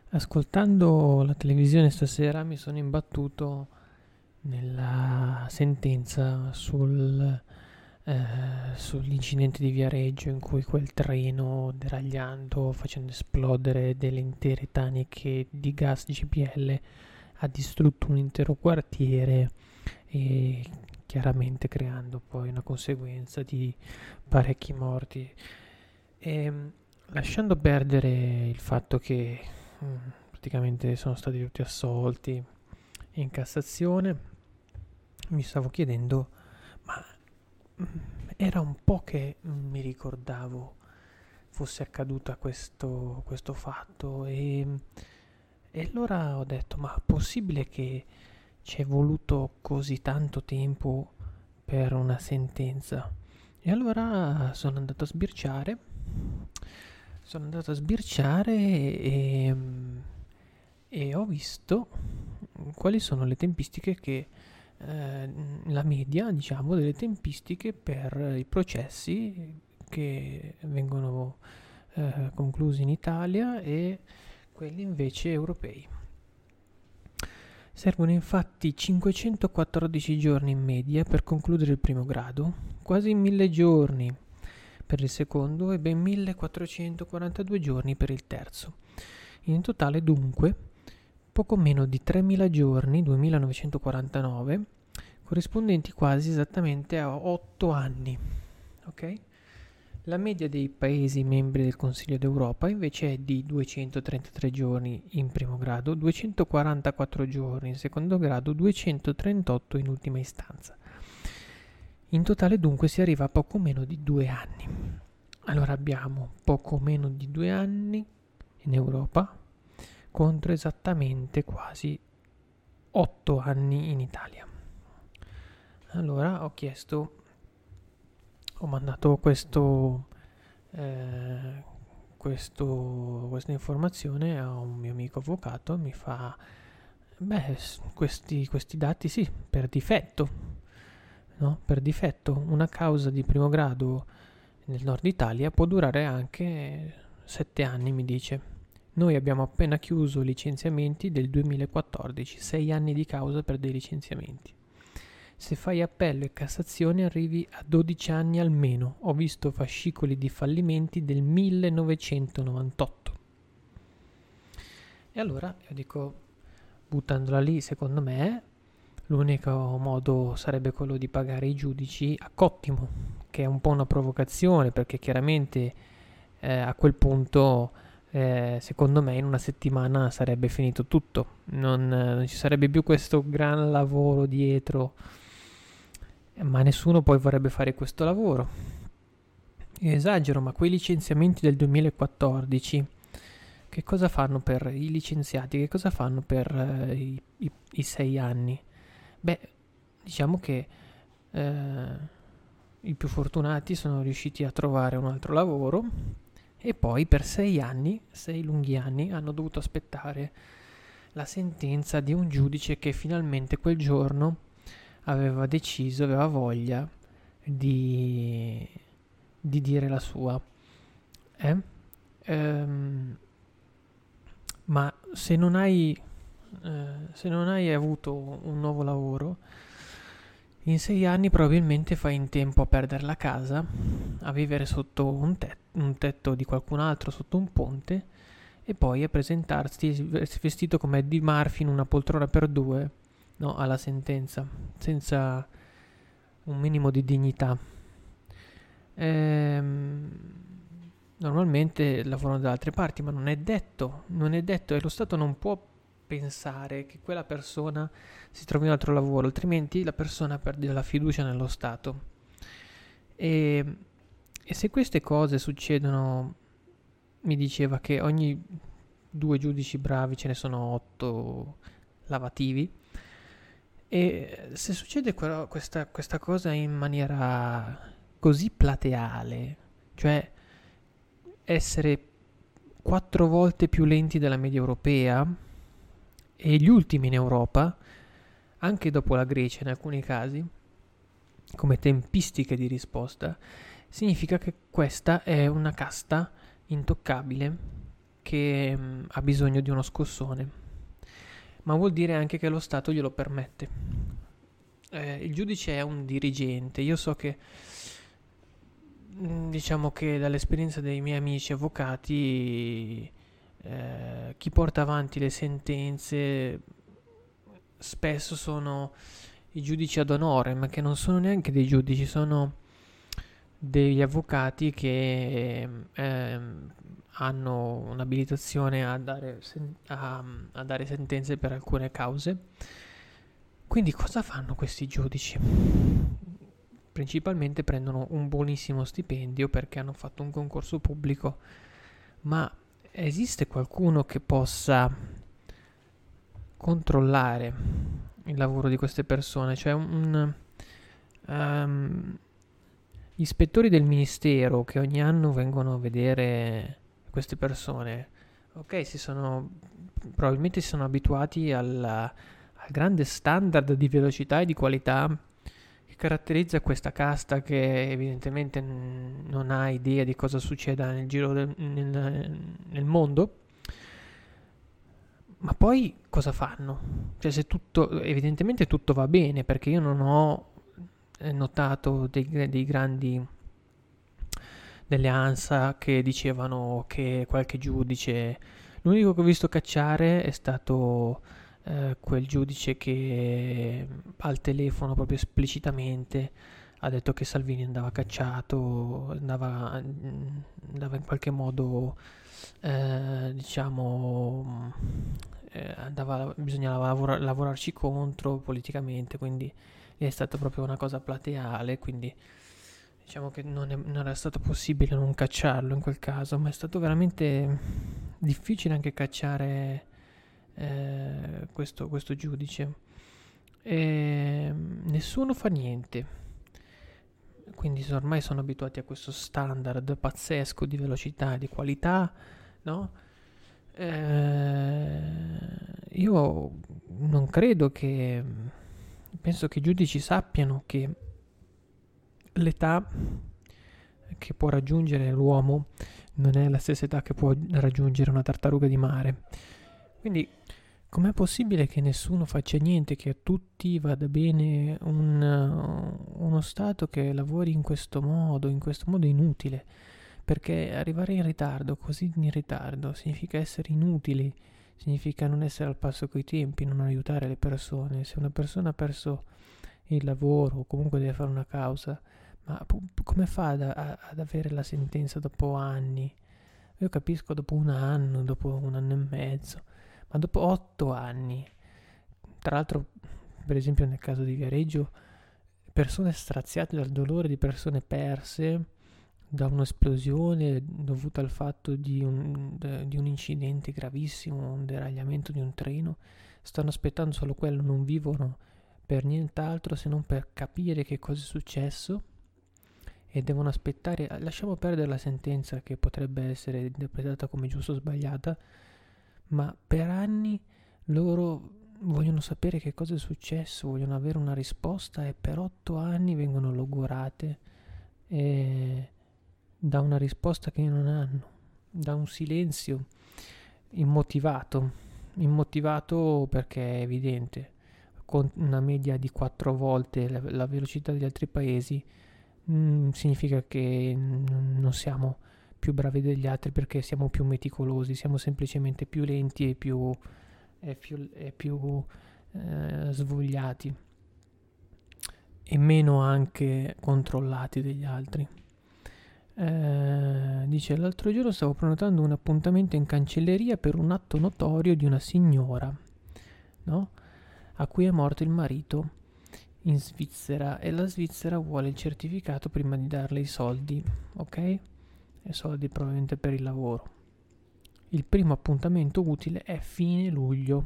Ascoltando la televisione stasera mi sono imbattuto nella sentenza sull'incidente di Viareggio in cui quel treno deragliando, facendo esplodere delle intere taniche di gas GPL, ha distrutto un intero quartiere e chiaramente creando poi una conseguenza di parecchi morti. E lasciando perdere il fatto che praticamente sono stati tutti assolti in Cassazione, mi stavo chiedendo, ma era un po' che mi ricordavo fosse accaduto questo fatto e allora ho detto, ma è possibile che ci è voluto così tanto tempo per una sentenza? E allora sono andato a sbirciare e ho visto quali sono le tempistiche la media, diciamo, delle tempistiche per i processi che vengono conclusi in Italia e quelli invece europei. Servono infatti 514 giorni in media per concludere il primo grado, quasi 1000 giorni per il secondo e ben 1442 giorni per il terzo. In totale dunque poco meno di 3000 giorni, 2949, corrispondenti quasi esattamente a 8 anni. Ok? La media dei paesi membri del Consiglio d'Europa invece è di 233 giorni in primo grado, 244 giorni in secondo grado, 238 in ultima istanza. In totale dunque si arriva a poco meno di 2 anni. Allora abbiamo poco meno di 2 anni in Europa contro esattamente quasi 8 anni in Italia. Allora ho mandato questa informazione a un mio amico avvocato, mi fa, beh, questi dati sì, per difetto, no? Per difetto, una causa di primo grado nel nord Italia può durare anche 7 anni, mi dice. Noi abbiamo appena chiuso licenziamenti del 2014, 6 anni di causa per dei licenziamenti. Se fai appello e Cassazione arrivi a 12 anni almeno. Ho visto fascicoli di fallimenti del 1998. E allora io dico, buttandola lì, secondo me l'unico modo sarebbe quello di pagare i giudici a cottimo, che è un po' una provocazione, perché chiaramente a quel punto, secondo me, in una settimana sarebbe finito tutto. Non ci sarebbe più questo gran lavoro dietro, ma nessuno poi vorrebbe fare questo lavoro. Io esagero, ma quei licenziamenti del 2014, che cosa fanno per i licenziati? Che cosa fanno per i 6 anni? Beh, diciamo che eh, i più fortunati sono riusciti a trovare un altro lavoro e poi per 6 anni, 6 lunghi anni, hanno dovuto aspettare la sentenza di un giudice che finalmente quel giorno aveva deciso, aveva voglia di, di dire la sua. Eh? Ehm, ma se non hai avuto un nuovo lavoro, in 6 anni probabilmente fai in tempo a perdere la casa, a vivere sotto un tetto di qualcun altro, sotto un ponte, e poi a presentarsi vestito come Eddie Murphy in una poltrona per due, no, alla sentenza, senza un minimo di dignità. Ehm, Normalmente lavorano da altre parti, ma non è detto e lo Stato non può pensare che quella persona si trovi un altro lavoro, altrimenti la persona perde la fiducia nello Stato. E, e se queste cose succedono, mi diceva che ogni due giudici bravi ce ne sono 8 lavativi. E se succede questa cosa in maniera così plateale, cioè essere 4 volte più lenti della media europea e gli ultimi in Europa, anche dopo la Grecia in alcuni casi, come tempistiche di risposta, significa che questa è una casta intoccabile che ha bisogno di uno scossone, ma vuol dire anche che lo Stato glielo permette. Il giudice è un dirigente. Io so che, diciamo che dall'esperienza dei miei amici avvocati, chi porta avanti le sentenze spesso sono i giudici ad honorem, che non sono neanche dei giudici, sono degli avvocati che hanno un'abilitazione a dare sentenze per alcune cause. Quindi cosa fanno questi giudici? Principalmente prendono un buonissimo stipendio perché hanno fatto un concorso pubblico, ma esiste qualcuno che possa controllare il lavoro di queste persone? Cioè gli ispettori del ministero che ogni anno vengono a vedere queste persone, ok, probabilmente si sono abituati al grande standard di velocità e di qualità che caratterizza questa casta, che evidentemente non ha idea di cosa succeda nel mondo. Ma poi cosa fanno? Cioè, se evidentemente tutto va bene, perché io non ho notato dei grandi, delle ANSA che dicevano che qualche giudice, l'unico che ho visto cacciare è stato quel giudice che al telefono proprio esplicitamente ha detto che Salvini andava cacciato, andava in qualche modo, diciamo, bisognava lavorarci contro politicamente, quindi è stata proprio una cosa plateale, quindi diciamo che non era stato possibile non cacciarlo in quel caso, ma è stato veramente difficile anche cacciare questo giudice. E nessuno fa niente. Quindi ormai sono abituati a questo standard pazzesco di velocità e di qualità, no? Io non credo che... Penso che i giudici sappiano che l'età che può raggiungere l'uomo non è la stessa età che può raggiungere una tartaruga di mare. Quindi com'è possibile che nessuno faccia niente, che a tutti vada bene uno Stato che lavori in questo modo inutile? Perché arrivare in ritardo, così in ritardo, significa essere inutili, significa non essere al passo coi tempi, non aiutare le persone. Se una persona ha perso il lavoro o comunque deve fare una causa, ma come fa ad avere la sentenza dopo anni? Io capisco dopo un anno, dopo un anno e mezzo, ma dopo 8 anni. Tra l'altro, per esempio nel caso di Viareggio, persone straziate dal dolore di persone perse da un'esplosione dovuta al fatto di un incidente gravissimo, un deragliamento di un treno, stanno aspettando solo quello, non vivono per nient'altro se non per capire che cosa è successo e devono aspettare. Lasciamo perdere la sentenza che potrebbe essere interpretata come giusta o sbagliata, ma per anni loro vogliono sapere che cosa è successo, vogliono avere una risposta e per 8 anni vengono logorate da una risposta che non hanno, da un silenzio immotivato perché è evidente, con una media di 4 volte la velocità degli altri paesi, significa che non siamo più bravi degli altri perché siamo più meticolosi, siamo semplicemente più lenti e più svogliati e meno anche controllati degli altri. Dice: l'altro giorno stavo prenotando un appuntamento in cancelleria per un atto notorio di una signora, no? A cui è morto il marito in Svizzera e la Svizzera vuole il certificato prima di darle i soldi, ok? E soldi probabilmente per il lavoro. Il primo appuntamento utile è fine luglio.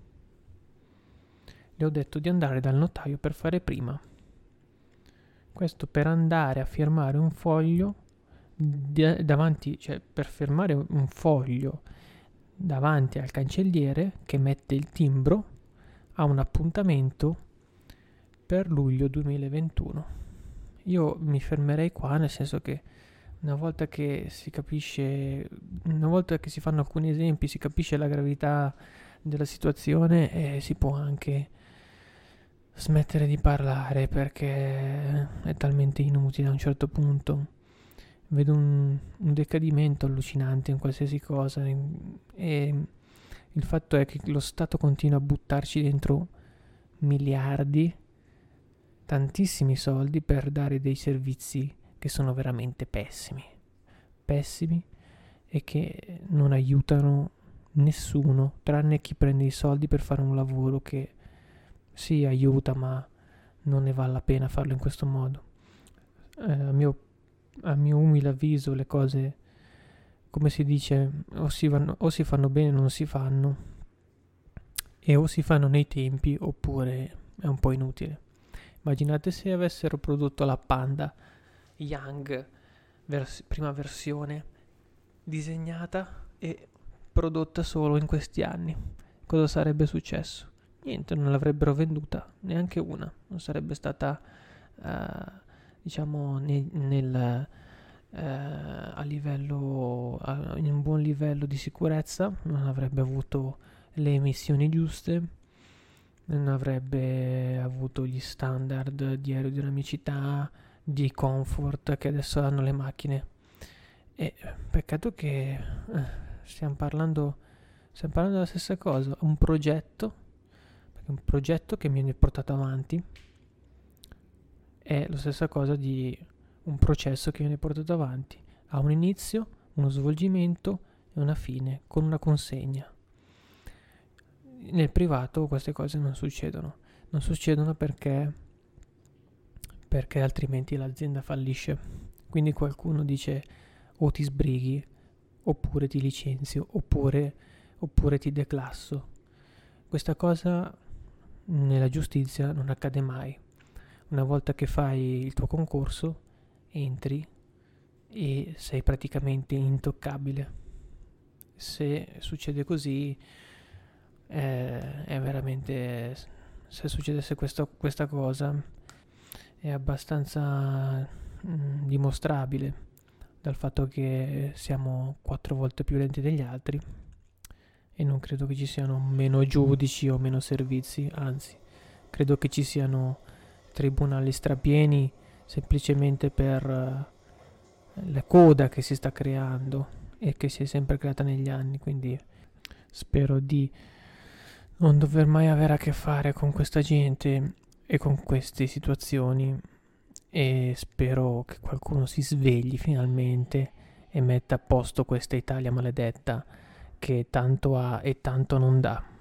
Le ho detto di andare dal notaio per fare prima. Questo per andare a firmare un foglio davanti, cioè per firmare un foglio davanti al cancelliere che mette il timbro a un appuntamento per luglio 2021. Io mi fermerei qua, nel senso che Una volta che si capisce, una volta che si fanno alcuni esempi, si capisce la gravità della situazione e si può anche smettere di parlare perché è talmente inutile a un certo punto. Vedo un decadimento allucinante in qualsiasi cosa e il fatto è che lo Stato continua a buttarci dentro miliardi, tantissimi soldi per dare dei servizi che sono veramente pessimi, pessimi e che non aiutano nessuno tranne chi prende i soldi per fare un lavoro che sì aiuta ma non ne vale la pena farlo in questo modo. A mio umile avviso le cose, come si dice, o si fanno bene o non si fanno, e o si fanno nei tempi oppure è un po' inutile. Immaginate se avessero prodotto la Panda Young prima versione disegnata e prodotta solo in questi anni. Cosa sarebbe successo? Niente, non l'avrebbero venduta neanche una, non sarebbe stata diciamo a livello in un buon livello di sicurezza, non avrebbe avuto le emissioni giuste, non avrebbe avuto gli standard di aerodinamicità, di comfort che adesso hanno le macchine. E peccato che stiamo parlando della stessa cosa, un progetto che viene portato avanti è la stessa cosa di un processo che viene portato avanti. Ha un inizio, uno svolgimento e una fine, con una consegna. Nel privato queste cose non succedono. Non succedono perché altrimenti l'azienda fallisce. Quindi qualcuno dice o ti sbrighi, oppure ti licenzio, oppure ti declasso. Questa cosa nella giustizia non accade mai. Una volta che fai il tuo concorso, entri e sei praticamente intoccabile. Se succede così, è veramente... Se succedesse questa cosa, è abbastanza dimostrabile dal fatto che siamo 4 volte più lenti degli altri e non credo che ci siano meno giudici o meno servizi, anzi, credo che ci siano tribunali strapieni semplicemente per la coda che si sta creando e che si è sempre creata negli anni, quindi spero di non dover mai avere a che fare con questa gente e con queste situazioni e spero che qualcuno si svegli finalmente e metta a posto questa Italia maledetta che tanto ha e tanto non dà.